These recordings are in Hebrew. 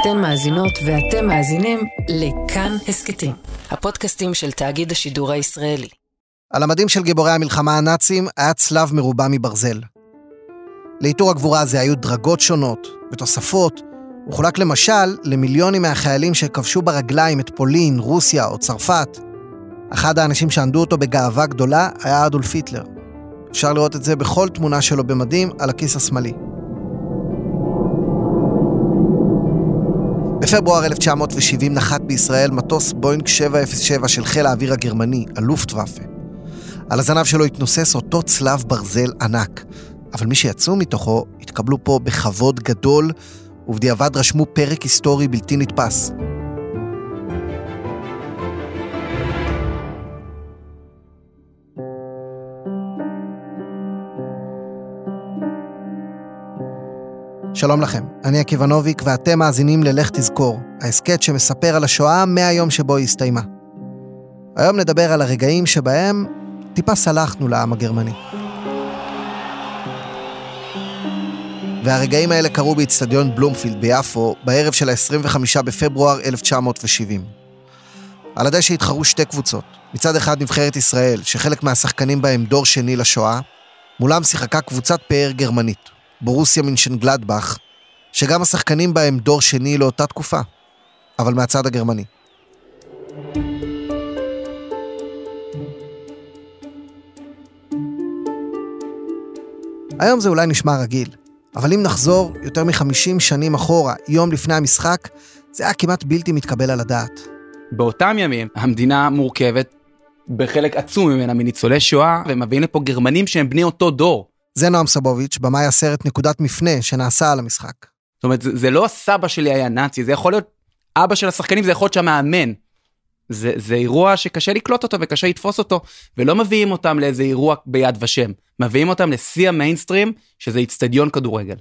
אתן מאזינות ואתם מאזינים לכאן הסקטים, הפודקאסטים של תאגיד השידור הישראלי. על המדים של גיבורי המלחמה הנאצים היה צלב מרובע מברזל. לעיטור הגבורה הזה היו דרגות שונות ותוספות, וחולק למשל למיליונים מהחיילים שכבשו ברגליים את פולין, רוסיה או צרפת. אחד האנשים שענדו אותו בגאווה גדולה היה אדולף היטלר. אפשר לראות את זה בכל תמונה שלו במדים על הכיס השמאלי. בפברואר 1970 נחת בישראל מטוס בוינג 707 של חיל האוויר הגרמני, הלופטוואפה. על הזנב שלו התנוסס אותו צלב ברזל ענק, אבל מי שיצאו מתוכו התקבלו פה בכבוד גדול, ובדיעבד רשמו פרק היסטורי בלתי נתפס. שלום לכם, אני עקיבא נוביק ואתם מאזינים ללך תזכור, ההסקט שמספר על השואה מהיום שבו היא הסתיימה. היום נדבר על הרגעים שבהם טיפה סלחנו לעם הגרמני. והרגעים האלה קרו באצטדיון בלומפילד ביפו בערב של ה-25 בפברואר 1970. על הדשא התחרו שתי קבוצות. מצד אחד נבחרת ישראל, שחלק מהשחקנים בהם דור שני לשואה, מולם שיחקה קבוצת פאר גרמנית, בורוסיה מינשנגלדבך, שגם השחקנים בהם דור שני לאותה תקופה, אבל מהצד הגרמני. היום זה אולי נשמע רגיל, אבל אם נחזור יותר מ-50 שנים אחורה, יום לפני המשחק, זה היה כמעט בלתי מתקבל על הדעת. באותם ימים המדינה מורכבת בחלק עצום ממנה מניצולי שואה, ומביאים לפה גרמנים שהם בני אותו דור. זה נועם סבוביץ', במאי הסרט נקודת מפנה שנעשה על המשחק. זאת אומרת, זה לא סבא שלי היה נאצי, זה יכול להיות אבא של השחקנים, זה יכול להיות שהמאמן. זה אירוע שקשה לקלוט אותו וקשה לתפוס אותו, ולא מביאים אותם לאיזה אירוע ביד ושם, מביאים אותם לשיא המיינסטרים, שזה אצטדיון כדורגל.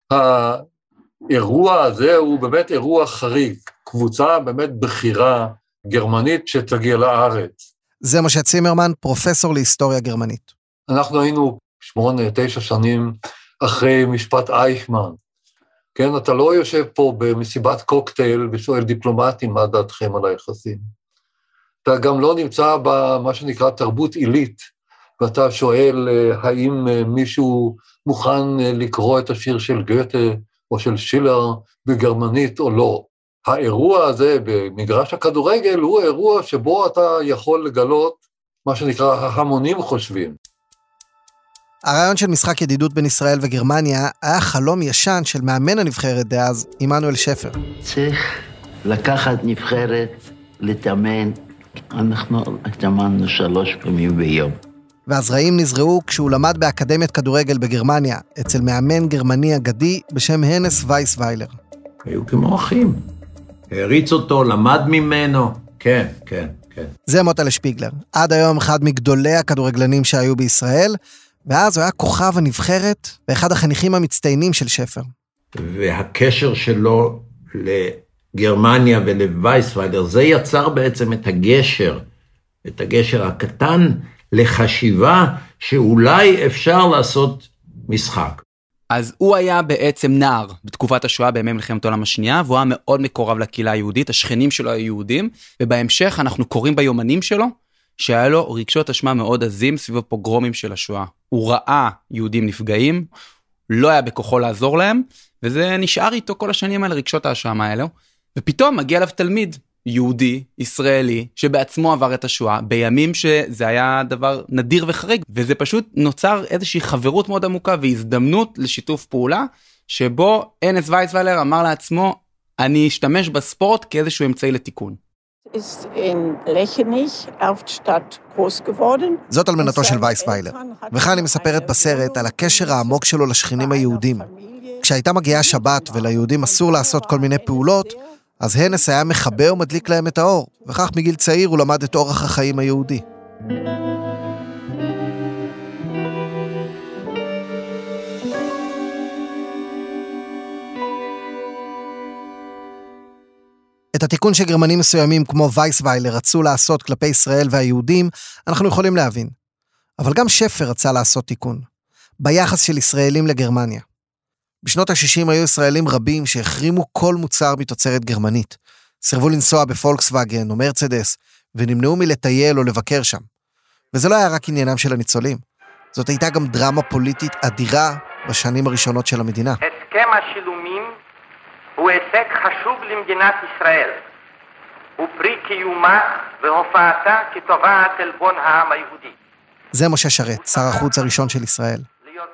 האירוע הזה הוא באמת אירוע חריג, קבוצה באמת בחירה גרמנית שתגיע לארץ. זה משה צימרמן, פרופסור להיסטוריה גרמנית. אנחנו היינו 8-9 שנים אחרי משפט אייכמן. כן, אתה לא יושב פה במסיבת קוקטייל ושואל דיפלומטים מה דעתכם על היחסים. אתה גם לא נמצא במה שנקרא תרבות עילית, ואתה שואל האם מישהו מוכן לקרוא את השיר של גוטה או של שילר בגרמנית או לא. האירוע הזה במגרש הכדורגל הוא אירוע שבו אתה יכול לגלות מה שנקרא ההמונים חושבים. הרעיון של משחק ידידות בין ישראל וגרמניה היה חלום ישן של מאמן הנבחרת דאז, עמנואל שפר. צריך לקחת נבחרת, לתאמן, אנחנו התאמנו 3 פעמים ביום. והזרעים נזרעו כשהוא למד באקדמיית כדורגל בגרמניה, אצל מאמן גרמני אגדי בשם הנס וייסוויילר. היו כמו אחים. הריץ אותו, למד ממנו. כן. זה מוטלה שפיגלר. עד היום אחד מגדולי הכדורגלנים שהיו בישראל, ואז הוא היה כוכב הנבחרת ואחד החניכים המצטיינים של שפר. והקשר שלו לגרמניה ולווייסוויילר, זה יצר בעצם את הגשר הקטן לחשיבה שאולי אפשר לעשות משחק. אז הוא היה בעצם נער בתקופת השואה בימי מלחמת העולם השנייה, והוא היה מאוד מקורב לקהילה היהודית, השכנים שלו היו יהודים, ובהמשך אנחנו קוראים ביומנים שלו, שהיה לו רגשות אשמה מאוד עזים סביב הפוגרומים של השואה. הוא ראה יהודים נפגעים, לא היה בכוחו לעזור להם, וזה נשאר איתו כל השנים האלה, רגשות האשמה האלו, ופתאום מגיע אליו תלמיד יהודי, ישראלי, שבעצמו עבר את השואה, בימים שזה היה דבר נדיר וחריג, וזה פשוט נוצר איזושהי חברות מאוד עמוקה, והזדמנות לשיתוף פעולה, שבו הנס וייסוויילר אמר לעצמו, אני אשתמש בספורט כאיזשהו אמצעי לתיקון. זאת אלמנתו של וייסוויילר, וכאן היא מספרת בסרט על הקשר העמוק שלו לשכנים היהודים. כשהייתה מגיעה שבת וליהודים אסור לעשות כל מיני פעולות, אז הנס היה מחבר ומדליק להם את האור, וכך מגיל צעיר הוא למד את אורח החיים היהודי. את התיקון שגרמנים מסוימים כמו וייסוויילר רצו לעשות כלפי ישראל והיהודים, אנחנו יכולים להבין. אבל גם שפר רצה לעשות תיקון, ביחס של ישראלים לגרמניה. בשנות ה-60 היו ישראלים רבים שהחרימו כל מוצר מתוצרת גרמנית. סירבו לנסוע בפולקסווגן או מרצדס, ונמנעו מלטייל או לבקר שם. וזה לא היה רק עניינם של הניצולים. זאת הייתה גם דרמה פוליטית אדירה בשנים הראשונות של המדינה. הסכם השילומים הוא הישג חשוב למדינת ישראל. הוא פרי קיומה והופעתה כתובעת עלבון העם היהודי. זה משה שרת, שר החוץ הראשון של ישראל.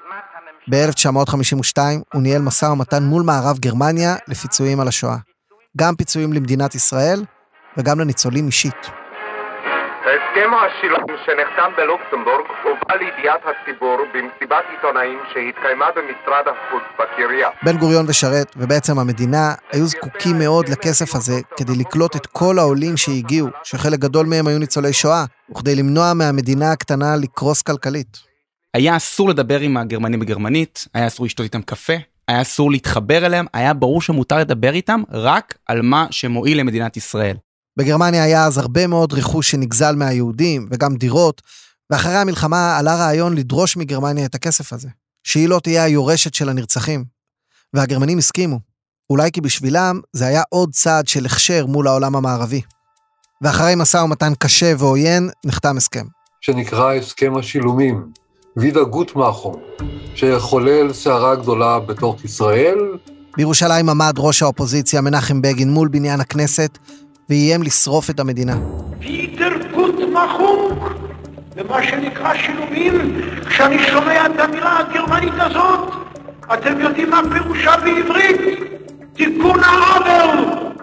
ב-1952 הוא ניהל משא ומתן מול מערב גרמניה לפיצויים על השואה. גם פיצויים למדינת ישראל וגם לניצולים אישית. הסכם השילום שנחתם בלוקסמבורג הובא לידיעת הציבור במסיבת עיתונאים שהתקיימה במשרד החוץ בקריה. בן גוריון ושרת, ובעצם המדינה, היו זקוקים מאוד לכסף הזה כדי לקלוט את כל העולים שהגיעו, שחלק גדול מהם היו ניצולי שואה, וכדי למנוע מהמדינה הקטנה לקרוס כלכלית. היה אסור לדבר עם הגרמנים בגרמנית, היה אסור לשתות איתם קפה, היה אסור להתחבר אליהם, היה ברור שמותר לדבר איתם רק על מה שמועיל למדינת ישראל. בגרמניה היה אז הרבה מאוד רכוש שנגזל מהיהודים, וגם דירות, ואחרי המלחמה עלה רעיון לדרוש מגרמניה את הכסף הזה, שהיא לא תהיה היורשת של הנרצחים. והגרמנים הסכימו, אולי כי בשבילם זה היה עוד צעד של הכשר מול העולם המערבי. ואחרי משא ומתן קשה ועוין, נחתם הסכם. שנקרא הסכם השילומים, וידה גוטמאכן, שחולל סערה גדולה בתוך ישראל. בירושלים עמד ראש האופוזיציה מנחם בגין מול בניין הכנסת, ואיים לשרוף את המדינה. וידר גוטמאכן, ומה שנקרא שילומים, כשאני שומע את המילה הגרמנית הזאת, אתם יודעים מה פירושה בעברית? תיקון העוול.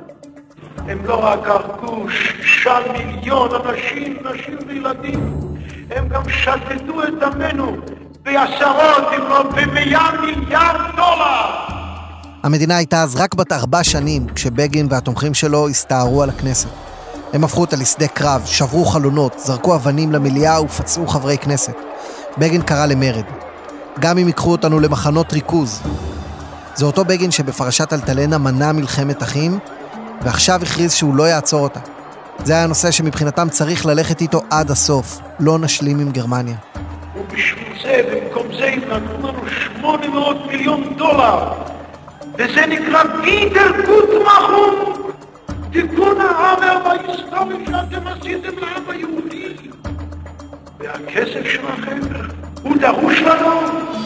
הם לא רק הרגו 6 מיליון אנשים, נשים וילדים, הם גם שדדו את דמנו בעשרות, אם לא ב100 מיליארד דולר. המדינה הייתה אז רק בת 4 שנים, כשבגין והתומכים שלו הסתערו על הכנסת. הם הפכו אותה לשדה קרב, שברו חלונות, זרקו אבנים למליאה ופצעו חברי כנסת. בגין קרא למרד. גם אם יקחו אותנו למחנות ריכוז. זה אותו בגין שבפרשת אלטלנה מנע מלחמת אחים, ועכשיו הכריז שהוא לא יעצור אותה. זה היה הנושא שמבחינתם צריך ללכת איתו עד הסוף. לא נשלים עם גרמניה. ובשביל זה, במקום זה, הם נתנו לנו 800 מיליון דולר. וזה נקרא וידר גוטמאכן. תיקון העוול בהיסטוריה שאתם עשיתם לעם היהודי. והכסף שלכם הוא דרוש לנו.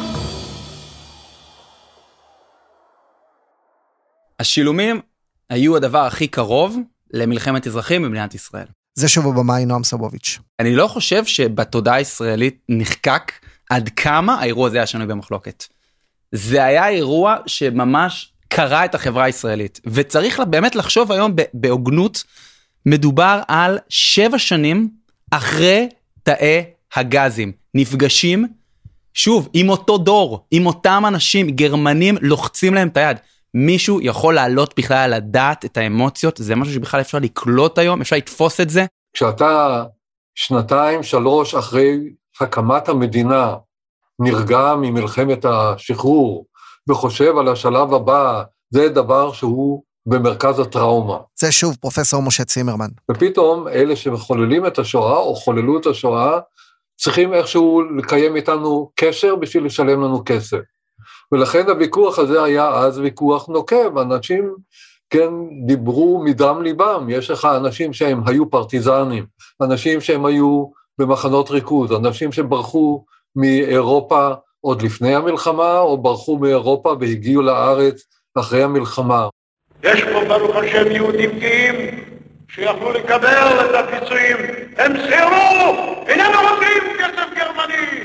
השילומים היו הדבר הכי קרוב למלחמת אזרחים במדינת ישראל. זה שוב הבמאי נועם סבוביץ'. אני לא חושב שבתודעה הישראלית נחקק עד כמה האירוע הזה היה שנוי במחלוקת. זה היה אירוע שממש קרא את החברה הישראלית, וצריך באמת לחשוב היום בהוגנות, מדובר על 7 שנים אחרי תאי הגזים, נפגשים, שוב, עם אותו דור, עם אותם אנשים, גרמנים לוחצים להם את היד, מישהו יכול לעלות בכלל על הדעת את האמוציות, זה משהו שבכלל אפשר לקלוט היום, אפשר לתפוס את זה. כשאתה 2-3 אחרי הקמת המדינה, נרגע ממלחמת השחרור, וחושב על השלב הבא, זה דבר שהוא במרכז הטראומה. זה שוב פרופסור משה צימרמן. ופתאום אלה שמחוללים את השואה, או חוללו את השואה, צריכים איכשהו לקיים איתנו קשר בשביל לשלם לנו כסף. ולכן הוויכוח הזה היה אז ויכוח נוקב, אנשים כן דיברו מדם ליבם, יש לך אנשים שהם היו פרטיזנים, אנשים שהם היו במחנות ריכוז, אנשים שברחו מאירופה עוד לפני המלחמה, או ברחו מאירופה והגיעו לארץ אחרי המלחמה. יש פה ברוך השם יהודים גאים שיכולו לקבל את הפיצויים, הם סירבו, איננו רוצים כסף גרמני.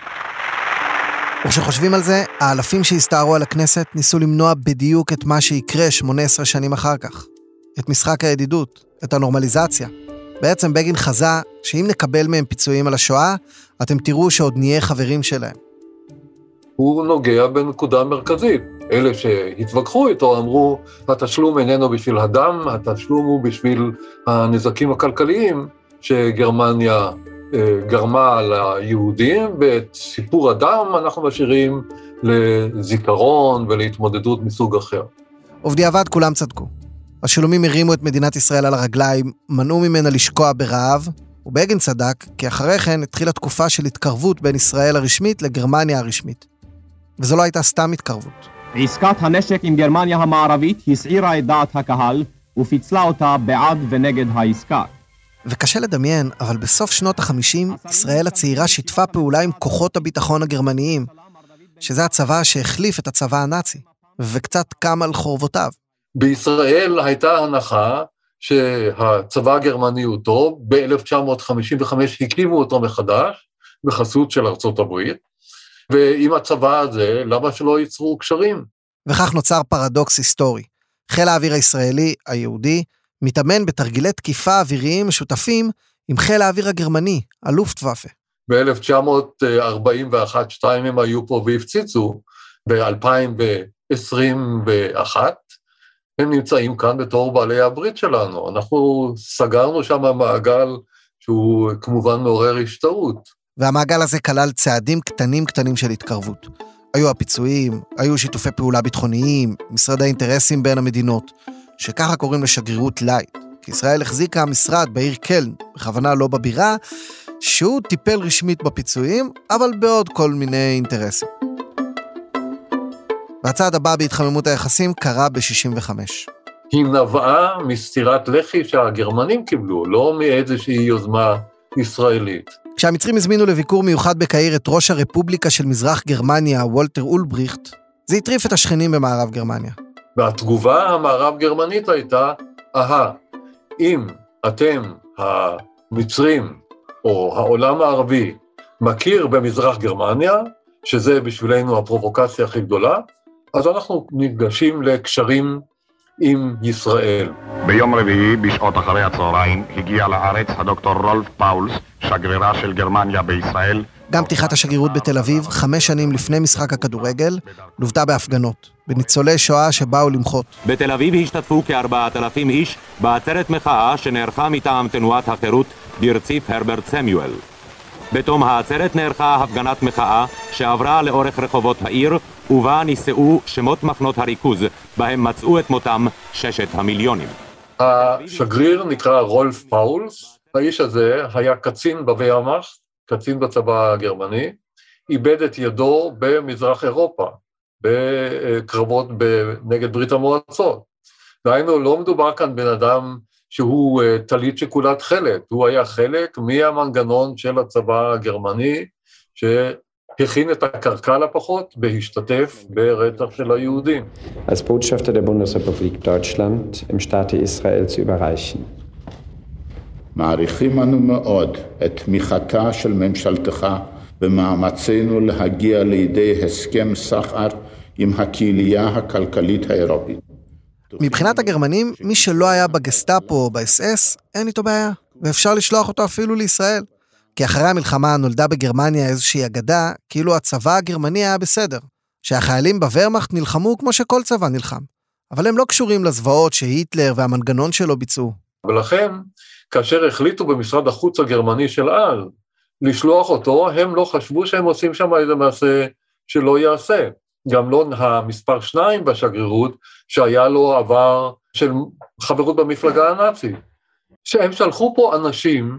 וכשחושבים על זה, האלפים שהסתערו על הכנסת ניסו למנוע בדיוק את מה שיקרה 18 שנים אחר כך. את משחק הידידות, את הנורמליזציה. בעצם בגין חזה שאם נקבל מהם פיצויים על השואה, אתם תראו שעוד נהיה חברים שלהם. הוא נוגע בנקודה מרכזית. אלה שהתווכחו איתו אמרו, התשלום איננו בשביל הדם, התשלום הוא בשביל הנזקים הכלכליים שגרמניה גרמה ליהודים, ואת סיפור הדם אנחנו משאירים לזיכרון ולהתמודדות מסוג אחר. ובדיעבד כולם צדקו. השילומים הרימו את מדינת ישראל על הרגליים, מנעו ממנה לשקוע ברעב, ובגין צדק, כי אחרי כן התחילה תקופה של התקרבות בין ישראל הרשמית לגרמניה הרשמית. וזו לא הייתה סתם התקרבות. עסקת הנשק עם גרמניה המערבית הסעירה את דעת הקהל ופיצלה אותה בעד ונגד העסקה. וקשה לדמיין, אבל בסוף שנות ה-50 ישראל הצעירה שיתפה פעולה עם כוחות הביטחון הגרמניים, שזה הצבא שהחליף את הצבא הנאצי, וקצת קם על חורבותיו. בישראל הייתה הנחה שהצבא הגרמני הוא טוב, ב-1955 הקימו אותו מחדש, בחסות של ארצות הברית, ועם הצבא הזה, למה שלא ייצרו קשרים? וכך נוצר פרדוקס היסטורי. חיל האוויר הישראלי, היהודי, מתאמן בתרגילי תקיפה אוויריים משותפים עם חיל האוויר הגרמני, הלופטוואפה. ב-1941-2 הם היו פה והפציצו, ב-2021, הם נמצאים כאן בתור בעלי הברית שלנו. אנחנו סגרנו שם מעגל שהוא כמובן מעורר השתאות. והמעגל הזה כלל צעדים קטנים של התקרבות. היו הפיצויים, היו שיתופי פעולה ביטחוניים, משרדי אינטרסים בין המדינות, שככה קוראים לשגרירות לייט. כי ישראל החזיקה משרד בעיר קלן, בכוונה לא בבירה, שהוא טיפל רשמית בפיצויים, אבל בעוד כל מיני אינטרסים. והצעד הבא בהתחממות היחסים קרה ב-65. היא נבעה מסתירת לחי שהגרמנים קיבלו, לא מאיזושהי יוזמה ישראלית. כשהמצרים הזמינו לביקור מיוחד בקהיר את ראש הרפובליקה של מזרח גרמניה, וולטר אולבריכט, זה הטריף את השכנים במערב גרמניה. והתגובה המערב גרמנית הייתה, אם אתם המצרים או העולם הערבי מכיר במזרח גרמניה, שזה בשבילנו הפרובוקציה הכי גדולה, אז אנחנו נפגשים לקשרים עם ישראל. ביום רביעי, בשעות אחרי הצהריים, הגיע לארץ הדוקטור רולף פאולס, שגרירה של גרמניה בישראל. גם פתיחת השגרירות בתל אביב, 5 שנים לפני משחק הכדורגל, לוותה בהפגנות, בניצולי שואה שבאו למחות. בתל אביב השתתפו כ4,000 איש בעצרת מחאה שנערכה מטעם תנועת החירות ברציף הרברט סמיואל. בתום העצרת נערכה הפגנת מחאה שעברה לאורך רחובות העיר, ובה נישאו שמות מחנות הריכוז, בהם מצאו את מותם 6 המיליונים. השגריר נקרא רולף פאולס, האיש הזה היה קצין בווירמאכט, קצין בצבא הגרמני, איבד את ידו במזרח אירופה, בקרבות נגד ברית המועצות. דהיינו, לא מדובר כאן בן אדם שהוא טלית שכולה תכלת, הוא היה חלק מהמנגנון של הצבא הגרמני, שהכין את הקרקע לפחות בהשתתף ברצח של היהודים. Als Botschafter der Bundesrepublik Deutschland im Staate Israel zu überreichen. מעריכים אנו מאוד את תמיכתה של ממשלתך במאמצינו להגיע לידי הסכם סחר עם הקהילייה הכלכלית האירופית. מבחינת הגרמנים, מי שלא היה בגסטאפו או ב-SS, אין איתו בעיה, ואפשר לשלוח אותו אפילו לישראל. כי אחרי המלחמה נולדה בגרמניה איזושהי אגדה, כאילו הצבא הגרמני היה בסדר, שהחיילים בוורמאכט נלחמו כמו שכל צבא נלחם, אבל הם לא קשורים לזוועות שהיטלר והמנגנון שלו ביצעו. ולכן, כאשר החליטו במשרד החוץ הגרמני של אז, לשלוח אותו, הם לא חשבו שהם עושים שם איזה מעשה שלא יעשה. גם לא המספר 2 בשגרירות, שהיה לו עבר של חברות במפלגה הנאצית. שהם שלחו פה אנשים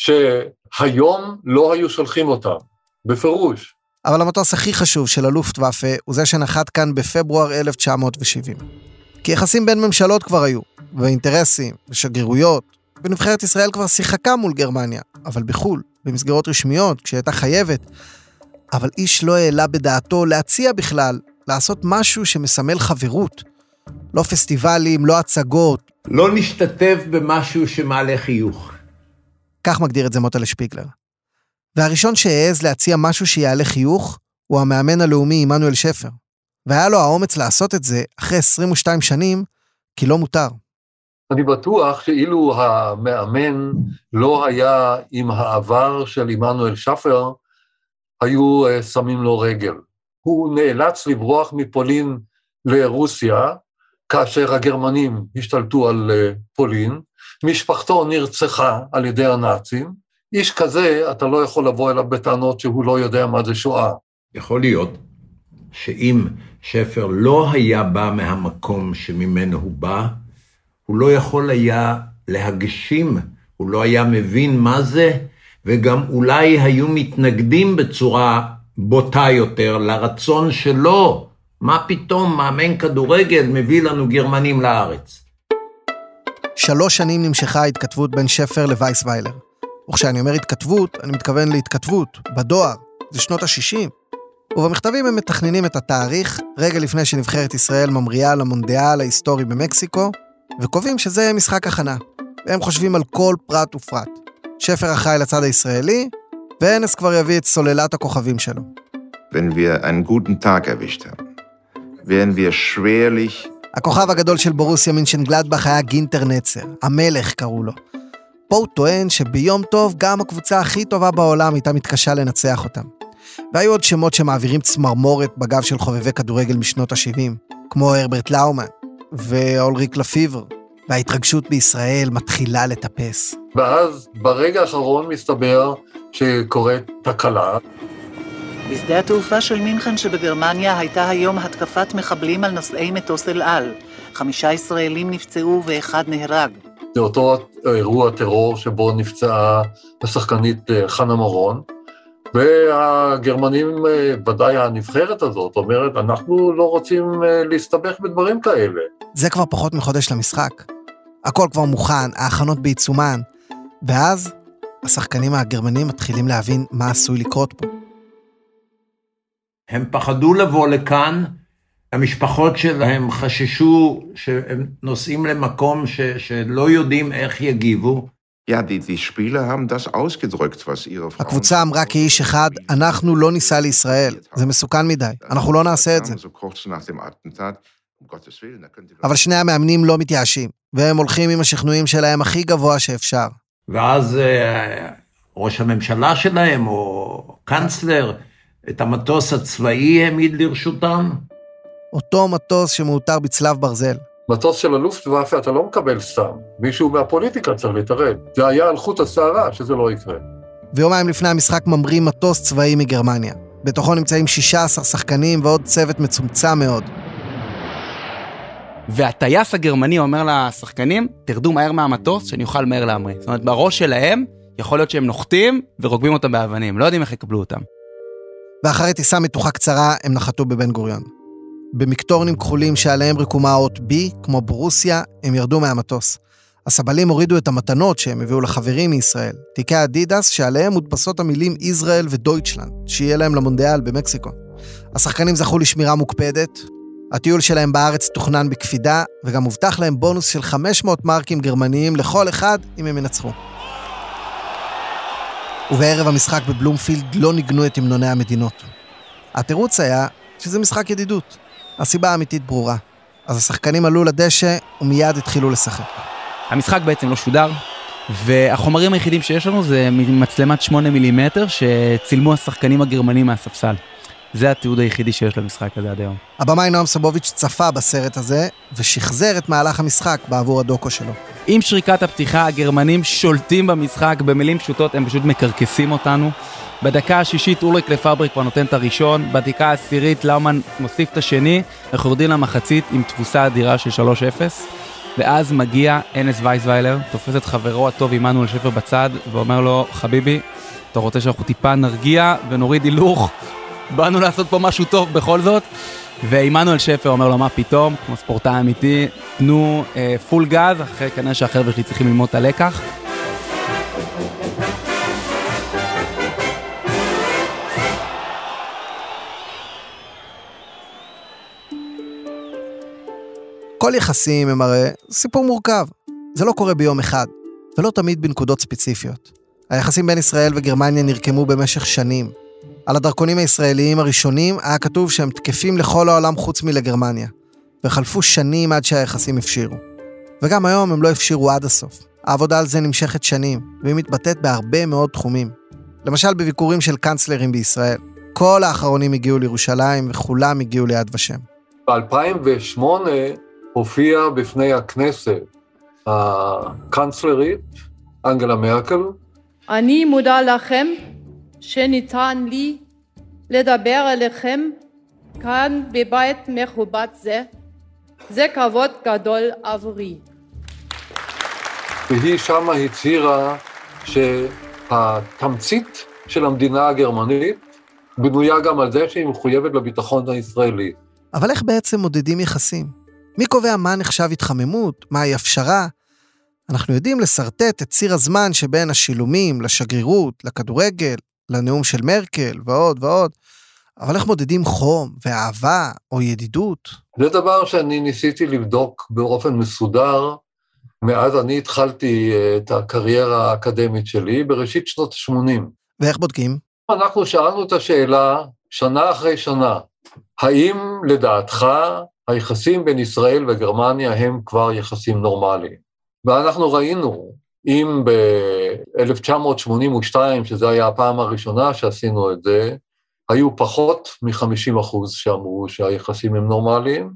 שהיום לא היו שולחים אותם, בפירוש. אבל המטוס הכי חשוב של הלופטוואפה הוא זה שנחת כאן בפברואר 1970. כי יחסים בין ממשלות כבר היו, ואינטרסים, ושגרירויות, ונבחרת ישראל כבר שיחקה מול גרמניה, אבל בחול, במסגרות רשמיות, כשהייתה חייבת, אבל איש לא העלה בדעתו להציע בכלל, לעשות משהו שמסמל חברות. לא פסטיבלים, לא הצגות. לא נשתתף במשהו שמעלה חיוך. כך מגדיר את זה מוטלה שפיגלר. והראשון שהעז להציע משהו שיעלה חיוך, הוא המאמן הלאומי עמנואל שפר. והיה לו האומץ לעשות את זה אחרי 22 שנים, כי לא מותר. אני בטוח שאילו המאמן לא היה עם העבר של עמנואל שפר, היו שמים לו רגל. הוא נאלץ לברוח מפולין לרוסיה, כאשר הגרמנים השתלטו על פולין, משפחתו נרצחה על ידי הנאצים, איש כזה אתה לא יכול לבוא אליו בטענות שהוא לא יודע מה זה שואה. יכול להיות שאם שפר לא היה בא מהמקום שממנו הוא בא, הוא לא יכול היה להגשים, הוא לא היה מבין מה זה, וגם אולי היו מתנגדים בצורה בוטה יותר לרצון שלו מה פתאום מאמן כדורגל מביא לנו גרמנים לארץ? 3 שנים נמשכה ההתכתבות בין שפר לווייסוויילר. וכשאני אומר התכתבות, אני מתכוון להתכתבות, בדואר, זה שנות ה-60. ובמכתבים הם מתכננים את התאריך, רגע לפני שנבחרת ישראל ממריאה למונדיאל ההיסטורי במקסיקו, וקובעים שזה משחק הכנה. והם חושבים על כל פרט ופרט. שפר אחראי לצד הישראלי, ואנס כבר יביא את סוללת הכוכבים שלו. Wenn wir einen guten Tag erwischt haben, werden wir schwerlich... הכוכב הגדול של בורוסיה מינשנגלדבך היה גינטר נצר, המלך קראו לו. פה הוא טוען שביום טוב גם הקבוצה הכי טובה בעולם הייתה מתקשה לנצח אותם. והיו עוד שמות שמעבירים צמרמורת בגב של חובבי כדורגל משנות ה-70, כמו הרברט לאומן ואולריק לפיבר, וההתרגשות בישראל מתחילה לטפס. ואז ברגע האחרון מסתבר שקורית תקלה. בשדה התעופה של מינכן שבגרמניה הייתה היום התקפת מחבלים על נוסעי מטוס אל על. 5 ישראלים נפצעו ו1 נהרג. זה אותו אירוע טרור שבו נפצעה השחקנית חנה מרון, והגרמנים, ודאי הנבחרת הזאת, אומרת, אנחנו לא רוצים להסתבך בדברים כאלה. זה כבר פחות מחודש למשחק. הכל כבר מוכן, ההכנות בעיצומן, ואז השחקנים הגרמנים מתחילים להבין מה עשוי לקרות פה. הם פחדו לבוא לכאן, המשפחות שלהם חששו שהם נוסעים למקום שלא יודעים איך יגיבו. Ja, die Spieler haben das ausgedrückt, was ihre Frauen... הקבוצה אמרה כאיש אחד, אנחנו לא ניסע לישראל, זה מסוכן מדי, אנחנו לא נעשה את זה. אבל שני המאמנים לא מתייאשים, והם הולכים עם השכנועים שלהם הכי גבוה שאפשר. ואז ראש הממשלה שלהם, או קנצלר, את המטוס הצבאי העמיד לרשותם. אותו מטוס שמאותר בצלב ברזל. מטוס של הלופטוואפה אתה לא מקבל סתם. מישהו מהפוליטיקה צריך להתערב. זה היה על חוט השערה שזה לא יקרה. ויומיים לפני המשחק ממריא מטוס צבאי מגרמניה. בתוכו נמצאים 16 שחקנים ועוד צוות מצומצם מאוד. והטייס הגרמני אומר לשחקנים, תרדו מהר מהמטוס שאני אוכל מהר להמריא. זאת אומרת, בראש שלהם יכול להיות שהם נוחתים ורוקבים אותם באבנים. לא יודעים איך יקבלו אותם. ואחרי טיסה מתוחה קצרה הם נחתו בבן גוריון. במקטורנים כחולים שעליהם רקומה אות B, כמו ברוסיה, הם ירדו מהמטוס. הסבלים הורידו את המתנות שהם הביאו לחברים מישראל, תיקי אדידס שעליהם מודפסות המילים ישראל ודויטשלנד, שיהיה להם למונדיאל במקסיקו. השחקנים זכו לשמירה מוקפדת, הטיול שלהם בארץ תוכנן בקפידה, וגם הובטח להם בונוס של 500 מרקים גרמניים לכל אחד אם הם ינצחו. ובערב המשחק בבלומפילד לא ניגנו את המנוני המדינות. התירוץ היה שזה משחק ידידות. הסיבה האמיתית ברורה. אז השחקנים עלו לדשא ומיד התחילו לשחק. המשחק בעצם לא שודר, והחומרים היחידים שיש לנו זה מצלמת 8 מילימטר שצילמו השחקנים הגרמנים מהספסל. זה התיעוד היחידי שיש למשחק הזה עד היום. הבמאי נועם סבוביץ' צפה בסרט הזה ושחזר את מהלך המשחק בעבור הדוקו שלו. עם שריקת הפתיחה הגרמנים שולטים במשחק, במילים פשוטות הם פשוט מקרקסים אותנו. בדקה השישית אולריק לפברק כבר נותן את הראשון, בדקה העשירית לאומן מוסיף את השני, אנחנו יורדים למחצית עם תבוסה אדירה של 3-0, ואז מגיע אנס וייסוויילר, תופס את חברו הטוב עמנואל שפר בצד, ואומר לו, חביבי, אתה רוצה שאנחנו טיפה נרגיע ונוריד הילוך, באנו לעשות פה משהו טוב בכל זאת, ועמנואל שפר אומר לו, מה פתאום, כמו ספורטאי אמיתי, תנו פול גז, אחרי כנראה שהחבר'ה שלי צריכים ללמוד את הלקח. כל יחסים הם הרי סיפור מורכב. זה לא קורה ביום אחד, ולא תמיד בנקודות ספציפיות. היחסים בין ישראל וגרמניה נרקמו במשך שנים. על הדרכונים הישראליים הראשונים היה כתוב שהם תקפים לכל העולם חוץ מלגרמניה, וחלפו שנים עד שהיחסים הפשירו. וגם היום הם לא הפשירו עד הסוף. העבודה על זה נמשכת שנים, והיא מתבטאת בהרבה מאוד תחומים. למשל בביקורים של קנצלרים בישראל. כל האחרונים הגיעו לירושלים וכולם הגיעו ליד ושם. ב-2008 הופיע בפני הכנסת הקנצלרית, אנגלה מרקל. אני מודה לכם שניתן לי לדבר אליכם כאן בבית מכובד זה. זה כבוד גדול עבורי. והיא שמה הצהירה שהתמצית של המדינה הגרמנית בנויה גם על זה שהיא מחויבת לביטחון הישראלי. אבל איך בעצם מודדים יחסים? מי קובע מה נחשב התחממות, מהי הפשרה? אנחנו יודעים לסרטט את ציר הזמן שבין השילומים, לשגרירות, לכדורגל, לנאום של מרקל ועוד ועוד, אבל איך מודדים חום ואהבה או ידידות? זה דבר שאני ניסיתי לבדוק באופן מסודר, מאז אני התחלתי את הקריירה האקדמית שלי בראשית שנות ה-80. ואיך בודקים? אנחנו שאלנו את השאלה שנה אחרי שנה, האם לדעתך היחסים בין ישראל וגרמניה הם כבר יחסים נורמליים? ואנחנו ראינו, אם ב-1982, שזה היה הפעם הראשונה שעשינו את זה, היו פחות מ-50% שאמרו שהיחסים הם נורמליים.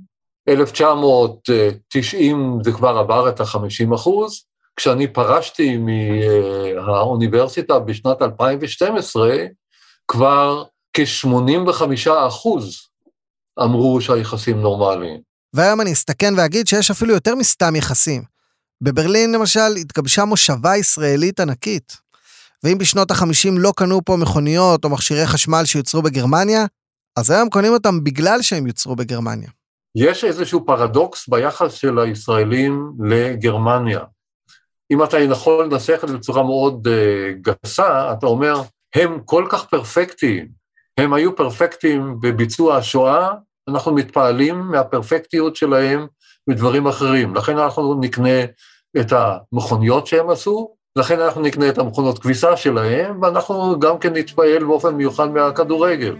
1990 זה כבר עבר את ה-50%, כשאני פרשתי מהאוניברסיטה בשנת 2012, כבר כ-85% אמרו שהיחסים נורמליים. והיום אני אסתכן ואגיד שיש אפילו יותר מסתם יחסים. בברלין למשל התגבשה מושבה ישראלית ענקית, ואם בשנות ה-50 לא קנו פה מכוניות או מכשירי חשמל שיוצרו בגרמניה, אז היום קונים אותם בגלל שהם יוצרו בגרמניה. יש איזשהו פרדוקס ביחס של הישראלים לגרמניה. אם אתה יכול לנסח את זה בצורה מאוד גסה, אתה אומר, הם כל כך פרפקטיים, הם היו פרפקטיים בביצוע השואה, אנחנו מתפעלים מהפרפקטיות שלהם בדברים אחרים. לכן אנחנו נקנה את המכוניות שהם עשו, לכן אנחנו נקנה את המכונות כביסה שלהם, ואנחנו גם כן נתפעל באופן מיוחד מהכדורגל.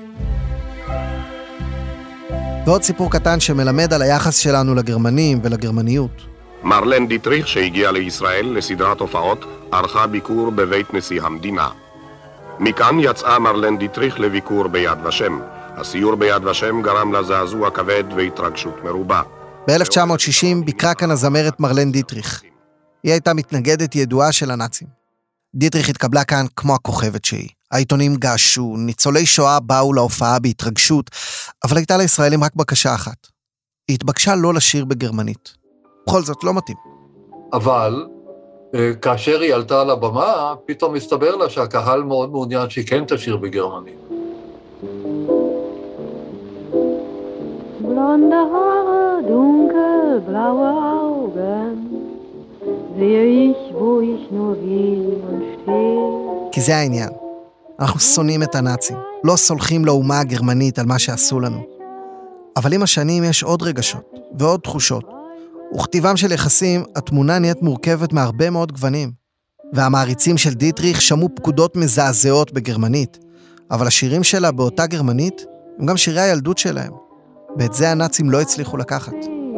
ועוד סיפור קטן שמלמד על היחס שלנו לגרמנים ולגרמניות. מרלן דיטריך שהגיע לישראל לסדרת הופעות, ערכה ביקור בבית נשיא המדינה. מכאן יצאה מרלן דיטריך לביקור ביד ושם. הסיור ביד ושם גרם לזעזוע כבד והתרגשות מרובה. ב-1960 ביקרה כאן הזמרת מרלן דיטריך. היא הייתה מתנגדת ידועה של הנאצים. דיטריך התקבלה כאן כמו הכוכבת שהיא. העיתונים געשו, ניצולי שואה באו להופעה בהתרגשות, אבל הייתה לישראלים רק בקשה אחת. היא התבקשה לא לשיר בגרמנית. בכל זאת לא מתאים. אבל כאשר היא עלתה על הבמה, פתאום הסתבר לה שהקהל מאוד מעוניין שהיא כן תשיר בגרמנית. Blonde Haare, dunkelblaue Augen, sehe ich, wo ich nur will und stehe. כי זה העניין. אנחנו שונאים את הנאצים, לא סולחים לאומה הגרמנית על מה שעשו לנו. אבל עם השנים יש עוד רגשות ועוד תחושות. וכתיבם של יחסים, התמונה נהיית מורכבת מהרבה מאוד גוונים. והמעריצים של דיטריך שמעו פקודות מזעזעות בגרמנית, אבל השירים שלה באותה גרמנית הם גם שירי הילדות שלהם. ואת זה הנאצים לא הצליחו לקחת.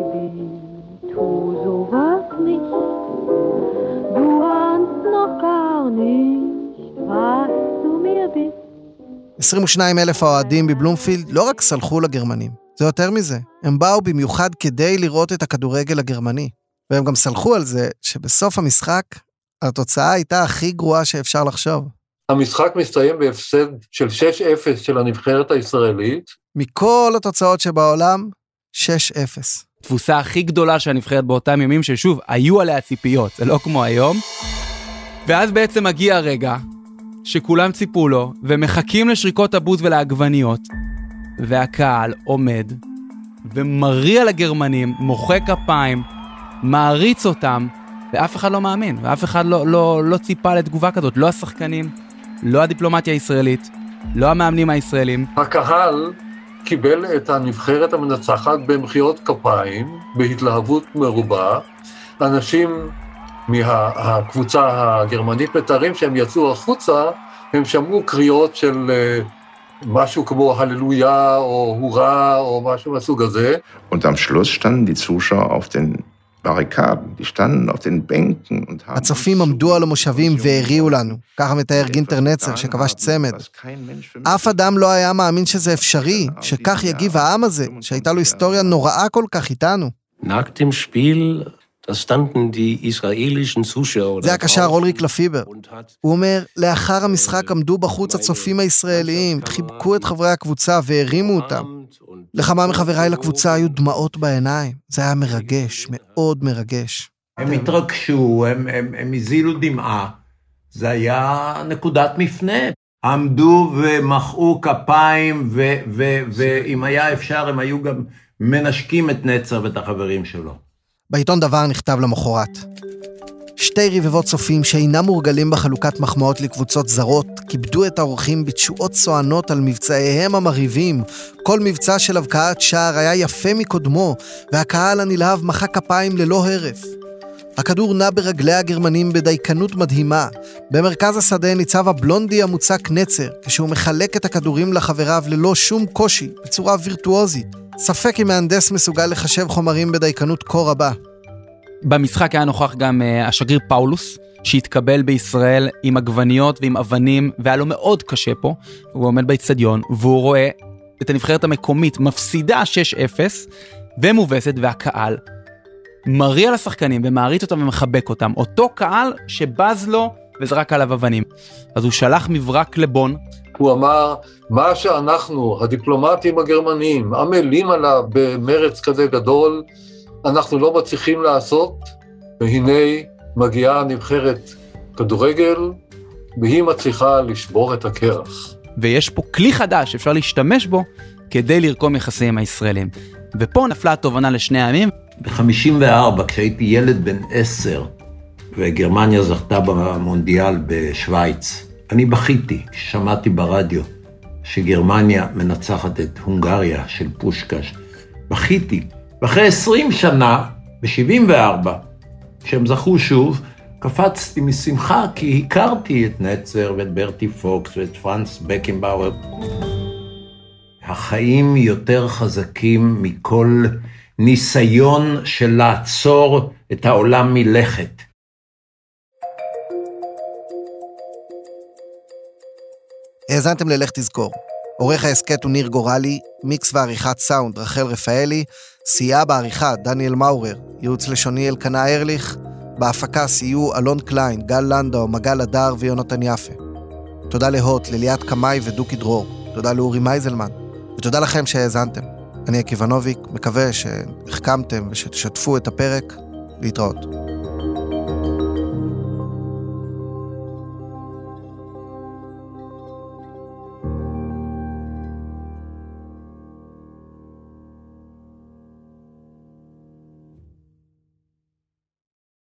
22,000 האוהדים בבלומפילד לא רק סלחו לגרמנים, זה יותר מזה. הם באו במיוחד כדי לראות את הכדורגל הגרמני. והם גם סלחו על זה שבסוף המשחק התוצאה הייתה הכי גרועה שאפשר לחשוב. המשחק מסתיים בהפסד של 6-0 של הנבחרת הישראלית. מכל התוצאות שבעולם, 6-0. תבוסה הכי גדולה שהנבחרת באותם ימים, ששוב, היו עליה ציפיות, זה לא כמו היום. ואז בעצם מגיע הרגע שכולם ציפו לו, ומחכים לשריקות הבוז ולעגבניות, והקהל עומד, ומריע לגרמנים, מוחא כפיים, מעריץ אותם, ואף אחד לא מאמין, ואף אחד לא ציפה לתגובה כזאת, לא השחקנים, לא הדיפלומטיה הישראלית, לא המאמנים הישראלים. הקהל קיבל את הנבחרת המנצחת במחיאות כפיים, בהתלהבות מרובה. אנשים מהקבוצה הגרמנית מתארים שהם יצאו החוצה, הם שמעו קריאות של משהו כמו הללויה או הורה או משהו מהסוג הזה. Und am Schluss standen die Zuschauer auf den Barrikaden, die standen auf den Bänken und haben... הצופים עמדו על המושבים והריעו לנו, ככה מתאר גינטר נצר שכבש צמד. אף אדם לא היה מאמין שזה אפשרי, שכך יגיב העם הזה, שהייתה לו היסטוריה נוראה כל כך איתנו. Nach dem Spiel, da standen die israelischen Zuschauer... זה הקשר אולריק לפיבר. הוא אומר, לאחר המשחק עמדו בחוץ הצופים הישראלים, חיבקו את חברי הקבוצה והרימו אותם. לכמה מחבריי לקבוצה היו דמעות בעיניים. זה היה מרגש, מאוד מרגש. הם התרגשו, הם הזילו דמעה. זה היה נקודת מפנה. עמדו ומחאו כפיים, ואם היה אפשר, הם היו גם מנשקים את נצר ואת החברים שלו. בעיתון דבר נכתב למחרת. שתי רבבות צופים שאינם מורגלים בחלוקת מחמאות לקבוצות זרות, כיבדו את האורחים בתשואות צוענות על מבצעיהם המרהיבים. כל מבצע של הבקעת שער היה יפה מקודמו, והקהל הנלהב מחא כפיים ללא הרף. הכדור נע ברגלי הגרמנים בדייקנות מדהימה. במרכז השדה ניצב הבלונדי המוצק נצר, כשהוא מחלק את הכדורים לחבריו ללא שום קושי, בצורה וירטואוזית. ספק אם מהנדס מסוגל לחשב חומרים בדייקנות כה רבה. במשחק היה נוכח גם השגריר פאולוס, שהתקבל בישראל עם עגבניות ועם אבנים, והיה לו מאוד קשה פה. הוא עומד באצטדיון, והוא רואה את הנבחרת המקומית מפסידה 6-0, ומובסת, והקהל מריע לשחקנים ומעריץ אותם ומחבק אותם. אותו קהל שבז לו וזרק עליו אבנים. אז הוא שלח מברק לבון. הוא אמר, מה שאנחנו, הדיפלומטים הגרמנים, עמלים עליו במרץ כזה גדול, אנחנו לא מצליחים לעשות, והנה מגיעה נבחרת כדורגל, והיא מצליחה לשבור את הקרח. ויש פה כלי חדש שאפשר להשתמש בו כדי לרקום יחסים עם הישראלים. ופה נפלה התובנה לשני העמים. ב-54, כשהייתי ילד בן 10, וגרמניה זכתה במונדיאל בשוויץ, אני בכיתי, שמעתי ברדיו שגרמניה מנצחת את הונגריה של פושקש. בכיתי. ואחרי 20 שנה, ב-74, כשהם זכו שוב, קפצתי משמחה כי הכרתי את נצר ואת ברטי פוקס ואת פרנס בקנבאואר. החיים יותר חזקים מכל ניסיון של לעצור את העולם מלכת. האזנתם ללך תזכור. עורך העסקת הוא ניר גורלי, מיקס ועריכת סאונד רחל רפאלי, סייעה בעריכה דניאל מאורר, ייעוץ לשוני אלקנה ארליך, בהפקה סייעו אלון קליין, גל לנדאו, מגל הדר ויונתן יפה. תודה להוט, לליאת קמאי ודוקי דרור. תודה לאורי מייזלמן. ותודה לכם שהאזנתם. אני עקיבא נוביק, מקווה שהחכמתם ושתשתפו את הפרק. להתראות.